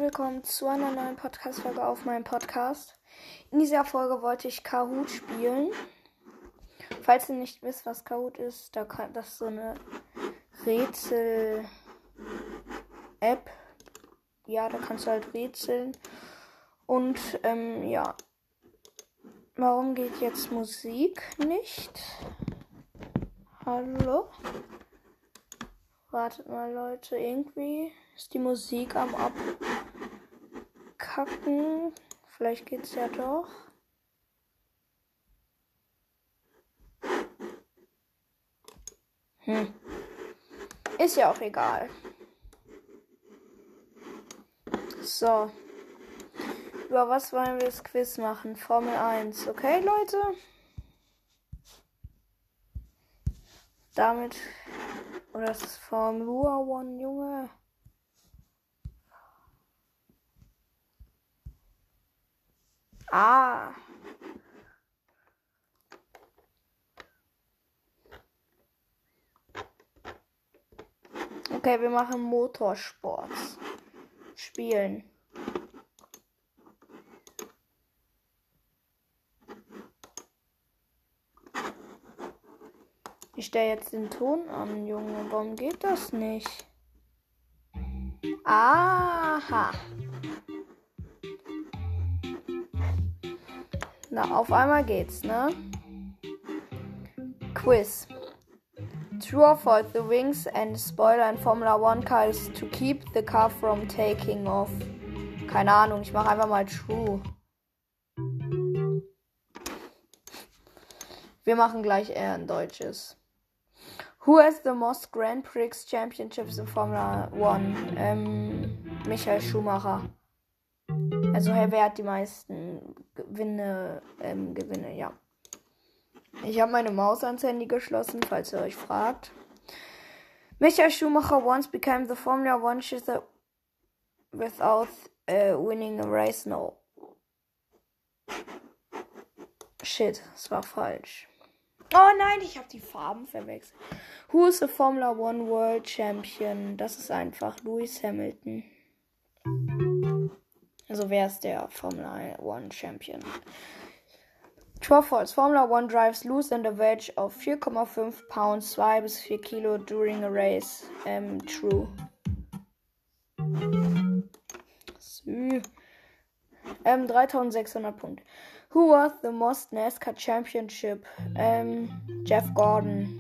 willkommen zu einer neuen Podcast-Folge auf meinem Podcast. In dieser Folge wollte ich Kahoot spielen. Falls ihr nicht wisst, was Kahoot ist, das ist so eine Rätsel-App. Ja, da kannst du halt rätseln. Und, ja. Warum geht jetzt Musik nicht? Hallo? Wartet mal, Leute. Irgendwie ist die Musik am Abkacken. Vielleicht geht's ja doch. Ist ja auch egal. So. Über was wollen wir das Quiz machen? Formel 1. Okay, Leute? Damit... Oder das ist Formula One, Junge. Ah. Okay, wir machen Motorsports. Spielen. Ich stelle jetzt den Ton an, Junge. Warum geht das nicht? Aha. Na, auf einmal geht's, ne? Quiz. True or false, the wings and spoiler in Formula One car is to keep the car from taking off. Keine Ahnung, ich mache einfach mal true. Wir machen gleich ein deutsches. Who has the most Grand Prix Championships in Formula One? Michael Schumacher. Also, wer hat die meisten Gewinne, ja. Ich habe meine Maus ans Handy geschlossen, falls ihr euch fragt. Michael Schumacher once became the Formula One shifter without winning a race. No. Shit, das war falsch. Oh nein, ich habe die Farben verwechselt. Who is the Formula One World Champion? Das ist einfach Lewis Hamilton. Also wer ist der Formula One Champion? True or false, Formula One drives lose and a weight of 4,5 pounds, 2 bis 4 Kilo during a race. True. 3600 Punkte. Who was the most NASCAR Championship? Jeff Gordon.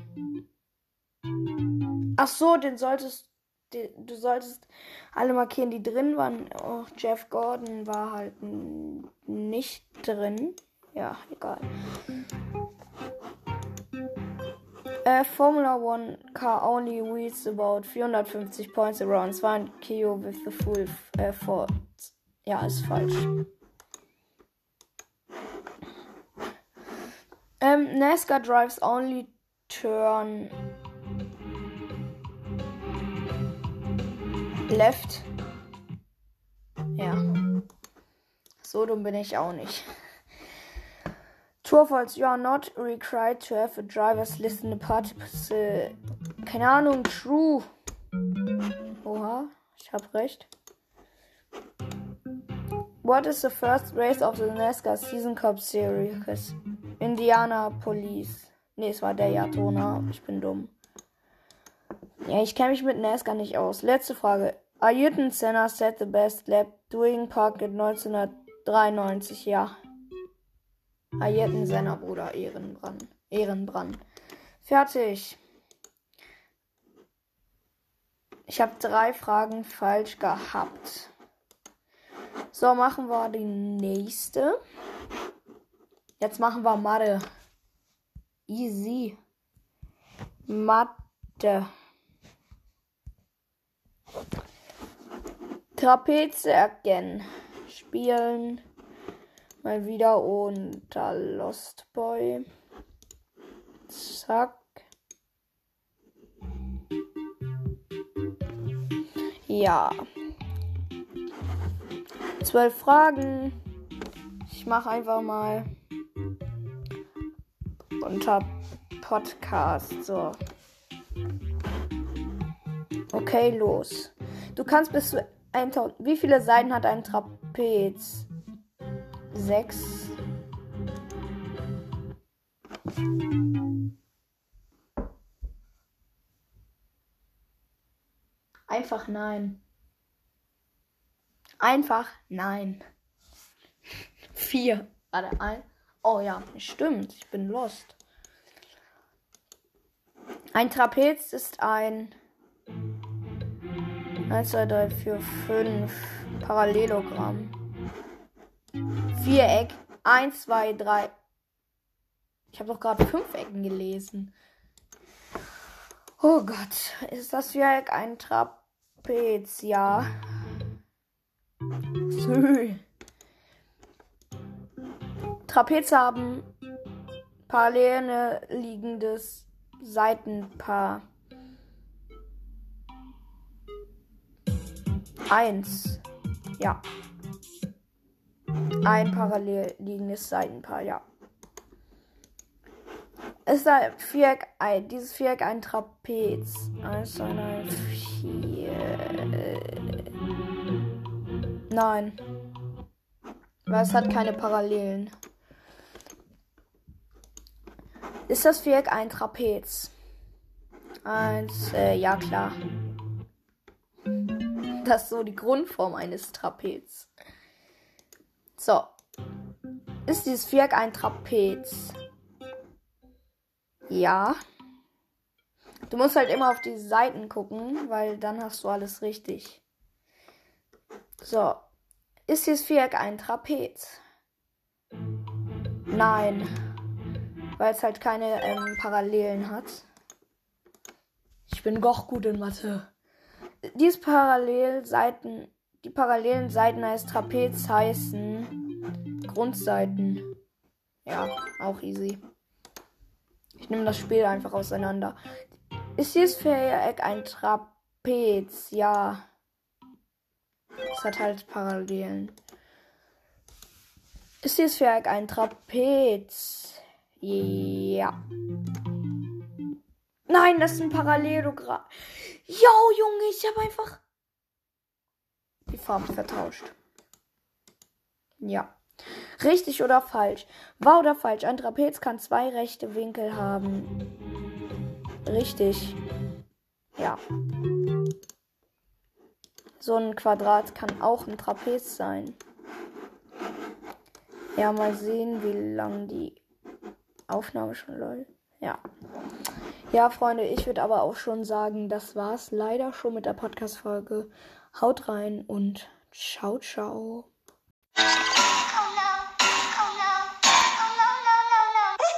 Ach so, du solltest alle markieren, die drin waren. Oh, Jeff Gordon war halt nicht drin. Ja, egal. Formula One car only weighs about 450 points around 200 kilo with the full force. Ja, ist falsch. NASCAR drives only turn left. Ja. So dumm bin ich auch nicht. True or false, you are not required to have a driver's license participle. Keine Ahnung, true. Oha, ich hab recht. What is the first race of the NASCAR Season Cup Series? Indianapolis. Ne, es war Daytona. Ich bin dumm. Ja, ich kenne mich mit NASCAR nicht aus. Letzte Frage. Ayrton Senna set the best lap doing Park in 1993. Ja. Ayrton Senna, Bruder. Ehrenbrand. Fertig. Ich habe 3 Fragen falsch gehabt. So, machen wir die nächste. Jetzt machen wir Mathe. Easy. Mathe. Trapeze erkennen. Spielen. Mal wieder unter Lost Boy. Zack. Ja. 12 Fragen. Ich mache einfach mal unter Podcast. So. Okay, los. Du kannst bis zu 1000. Wie viele Seiten hat ein Trapez? 6. Einfach nein. Einfach nein. 4. Warte, ein. Oh ja, stimmt. Ich bin lost. Ein Trapez ist ein 1, 2, 3, 4, 5 Parallelogramm. Viereck. 1, 2, 3. Ich habe doch gerade 5 Ecken gelesen. Oh Gott. Ist das Viereck ein Trapez? Ja. Trapeze haben parallel liegendes Seitenpaar. 1. Ja. Ein parallel liegendes Seitenpaar, ja. Ist ein Viereck, dieses Viereck ein Trapez? 1, 2, 3, 4. Nein. Weil es hat keine Parallelen. Ist das Viereck ein Trapez? 1, ja klar. Das ist so die Grundform eines Trapez. So. Ist dieses Viereck ein Trapez? Ja. Du musst halt immer auf die Seiten gucken, weil dann hast du alles richtig. So. Ist dieses Viereck ein Trapez? Nein. Weil es halt keine Parallelen hat. Ich bin doch gut in Mathe. Die parallelen Seiten eines Trapez heißen Grundseiten. Ja, auch easy. Ich nehme das Spiel einfach auseinander. Ist dieses Viereck ein Trapez? Ja. Es hat halt Parallelen. Ist dieses Viereck ein Trapez? Ja. Nein, das ist ein Parallelogramm. Jo, Junge, ich habe einfach die Farbe vertauscht. Ja. Richtig oder falsch? Wahr oder falsch? Ein Trapez kann 2 rechte Winkel haben. Richtig. Ja. So ein Quadrat kann auch ein Trapez sein. Ja, mal sehen, wie lang die Aufnahme schon läuft. Ja. Ja, Freunde, ich würde aber auch schon sagen, das war's leider schon mit der Podcast-Folge. Haut rein und ciao, ciao.